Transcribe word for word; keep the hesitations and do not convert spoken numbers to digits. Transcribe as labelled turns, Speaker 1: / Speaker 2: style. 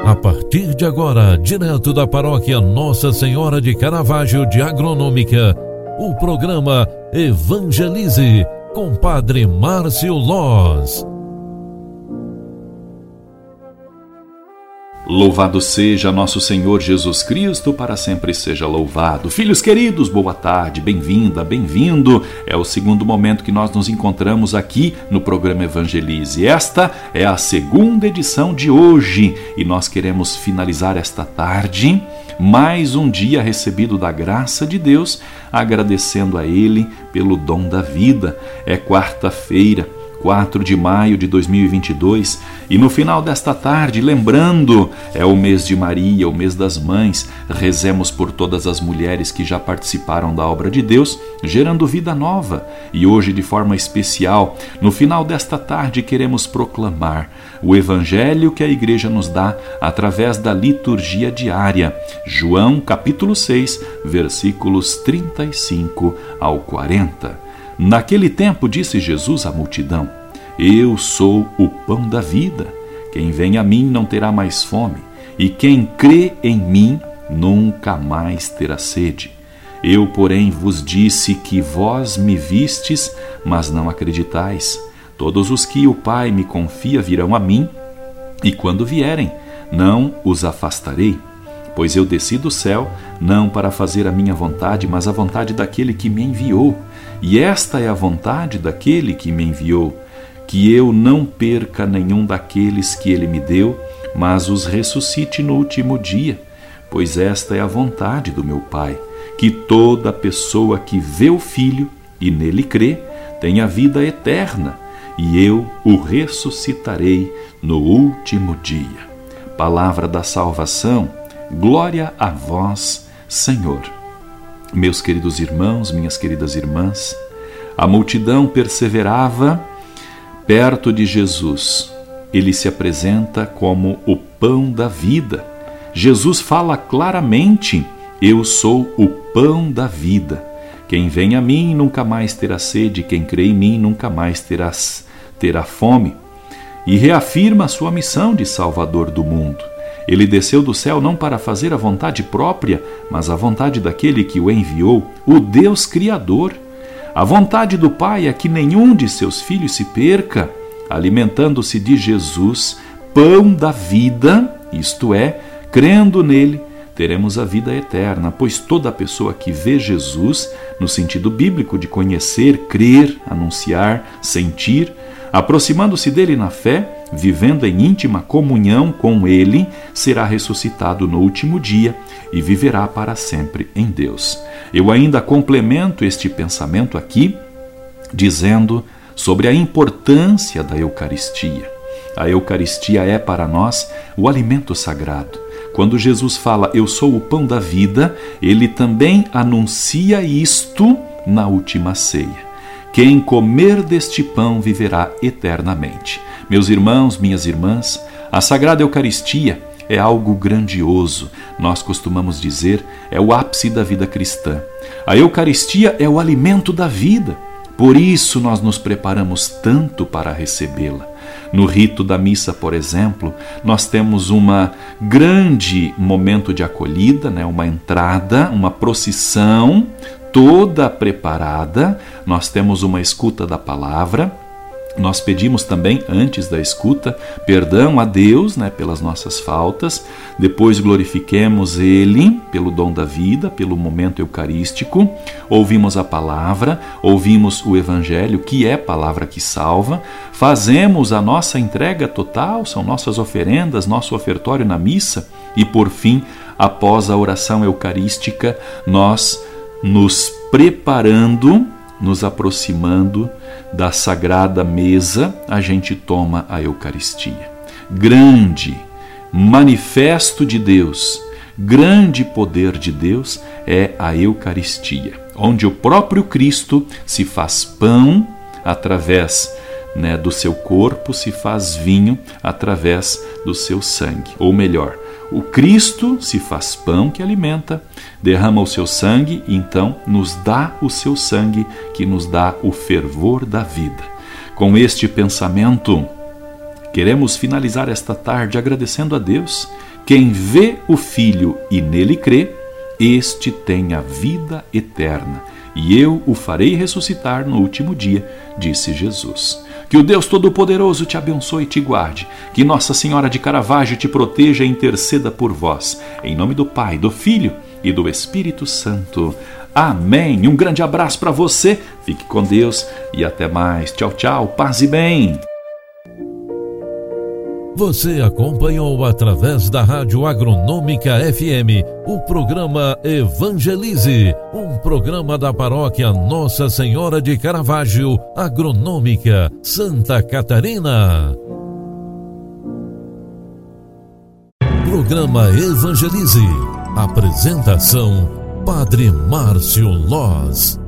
Speaker 1: A partir de agora, direto da paróquia Nossa Senhora de Caravaggio de Agronômica, o programa Evangelize com Padre Márcio Loz.
Speaker 2: Louvado seja nosso Senhor Jesus Cristo, para sempre seja louvado. Filhos queridos, boa tarde, bem-vinda, bem-vindo. É o segundo momento que nós nos encontramos aqui no programa Evangelize. Esta é a segunda edição de hoje e nós queremos finalizar esta tarde, mais um dia recebido da graça de Deus, agradecendo a Ele pelo dom da vida. É quarta-feira, quatro de maio de dois mil e vinte e dois, e no final desta tarde, lembrando, é o mês de Maria, o mês das mães, rezemos por todas as mulheres que já participaram da obra de Deus, gerando vida nova. E hoje, de forma especial, no final desta tarde, queremos proclamar o Evangelho que a Igreja nos dá através da liturgia diária. João, capítulo seis, versículos trinta e cinco ao quarenta. Naquele tempo disse Jesus à multidão: Eu sou o pão da vida. Quem vem a mim não terá mais fome, e quem crê em mim nunca mais terá sede. Eu, porém, vos disse que vós me vistes, mas não acreditais. Todos os que o Pai me confia virão a mim, e quando vierem, não os afastarei. Pois eu desci do céu, não para fazer a minha vontade, mas a vontade daquele que me enviou. E esta é a vontade daquele que me enviou, que eu não perca nenhum daqueles que ele me deu, mas os ressuscite no último dia. Pois esta é a vontade do meu Pai, que toda pessoa que vê o Filho e nele crê, tenha vida eterna, e eu o ressuscitarei no último dia. Palavra da salvação. Glória a vós, Senhor. Meus queridos irmãos, minhas queridas irmãs, a multidão perseverava perto de Jesus. Ele se apresenta como o pão da vida. Jesus fala claramente: Eu sou o pão da vida. Quem vem a mim nunca mais terá sede, quem crê em mim nunca mais terá, terá fome. E reafirma a sua missão de Salvador do mundo. Ele desceu do céu não para fazer a vontade própria, mas a vontade daquele que o enviou, o Deus Criador. A vontade do Pai é que nenhum de seus filhos se perca, alimentando-se de Jesus, pão da vida, isto é, crendo nele, teremos a vida eterna, pois toda pessoa que vê Jesus, no sentido bíblico de conhecer, crer, anunciar, sentir, aproximando-se dele na fé, vivendo em íntima comunhão com ele, será ressuscitado no último dia e viverá para sempre em Deus. Eu ainda complemento este pensamento aqui, dizendo sobre a importância da Eucaristia. A Eucaristia é para nós o alimento sagrado. Quando Jesus fala, eu sou o pão da vida, ele também anuncia isto na última ceia. Quem comer deste pão viverá eternamente. Meus irmãos, minhas irmãs, a Sagrada Eucaristia é algo grandioso. Nós costumamos dizer, é o ápice da vida cristã. A Eucaristia é o alimento da vida. Por isso nós nos preparamos tanto para recebê-la. No rito da missa, por exemplo, nós temos um grande momento de acolhida, né? Uma entrada, uma procissão, toda preparada. Nós temos uma escuta da palavra. Nós pedimos também, antes da escuta, perdão a Deus, né, pelas nossas faltas. Depois glorifiquemos Ele pelo dom da vida, pelo momento eucarístico. Ouvimos a palavra, ouvimos o Evangelho, que é palavra que salva. Fazemos a nossa entrega total, são nossas oferendas, nosso ofertório na missa. E por fim, após a oração eucarística, nós nos preparando, nos aproximando da sagrada mesa, a gente toma a Eucaristia. Grande manifesto de Deus, grande poder de Deus é a Eucaristia, onde o próprio Cristo se faz pão através, né, do seu corpo, se faz vinho através do seu sangue. Ou melhor, o Cristo se faz pão que alimenta, derrama o seu sangue e então nos dá o seu sangue que nos dá o fervor da vida. Com este pensamento, queremos finalizar esta tarde agradecendo a Deus Quem vê o Filho e nele crê, este tem a vida eterna, e eu o farei ressuscitar no último dia, disse Jesus. Que o Deus Todo-Poderoso te abençoe e te guarde. Que Nossa Senhora de Caravaggio te proteja e interceda por vós. Em nome do Pai, do Filho e do Espírito Santo. Amém. Um grande abraço para você. Fique com Deus e até mais. Tchau, tchau. Paz e bem.
Speaker 1: Você acompanhou através da Rádio Agronômica F M o programa Evangelize, um programa da paróquia Nossa Senhora de Caravaggio, Agronômica, Santa Catarina. Programa Evangelize. Apresentação: Padre Márcio Loz.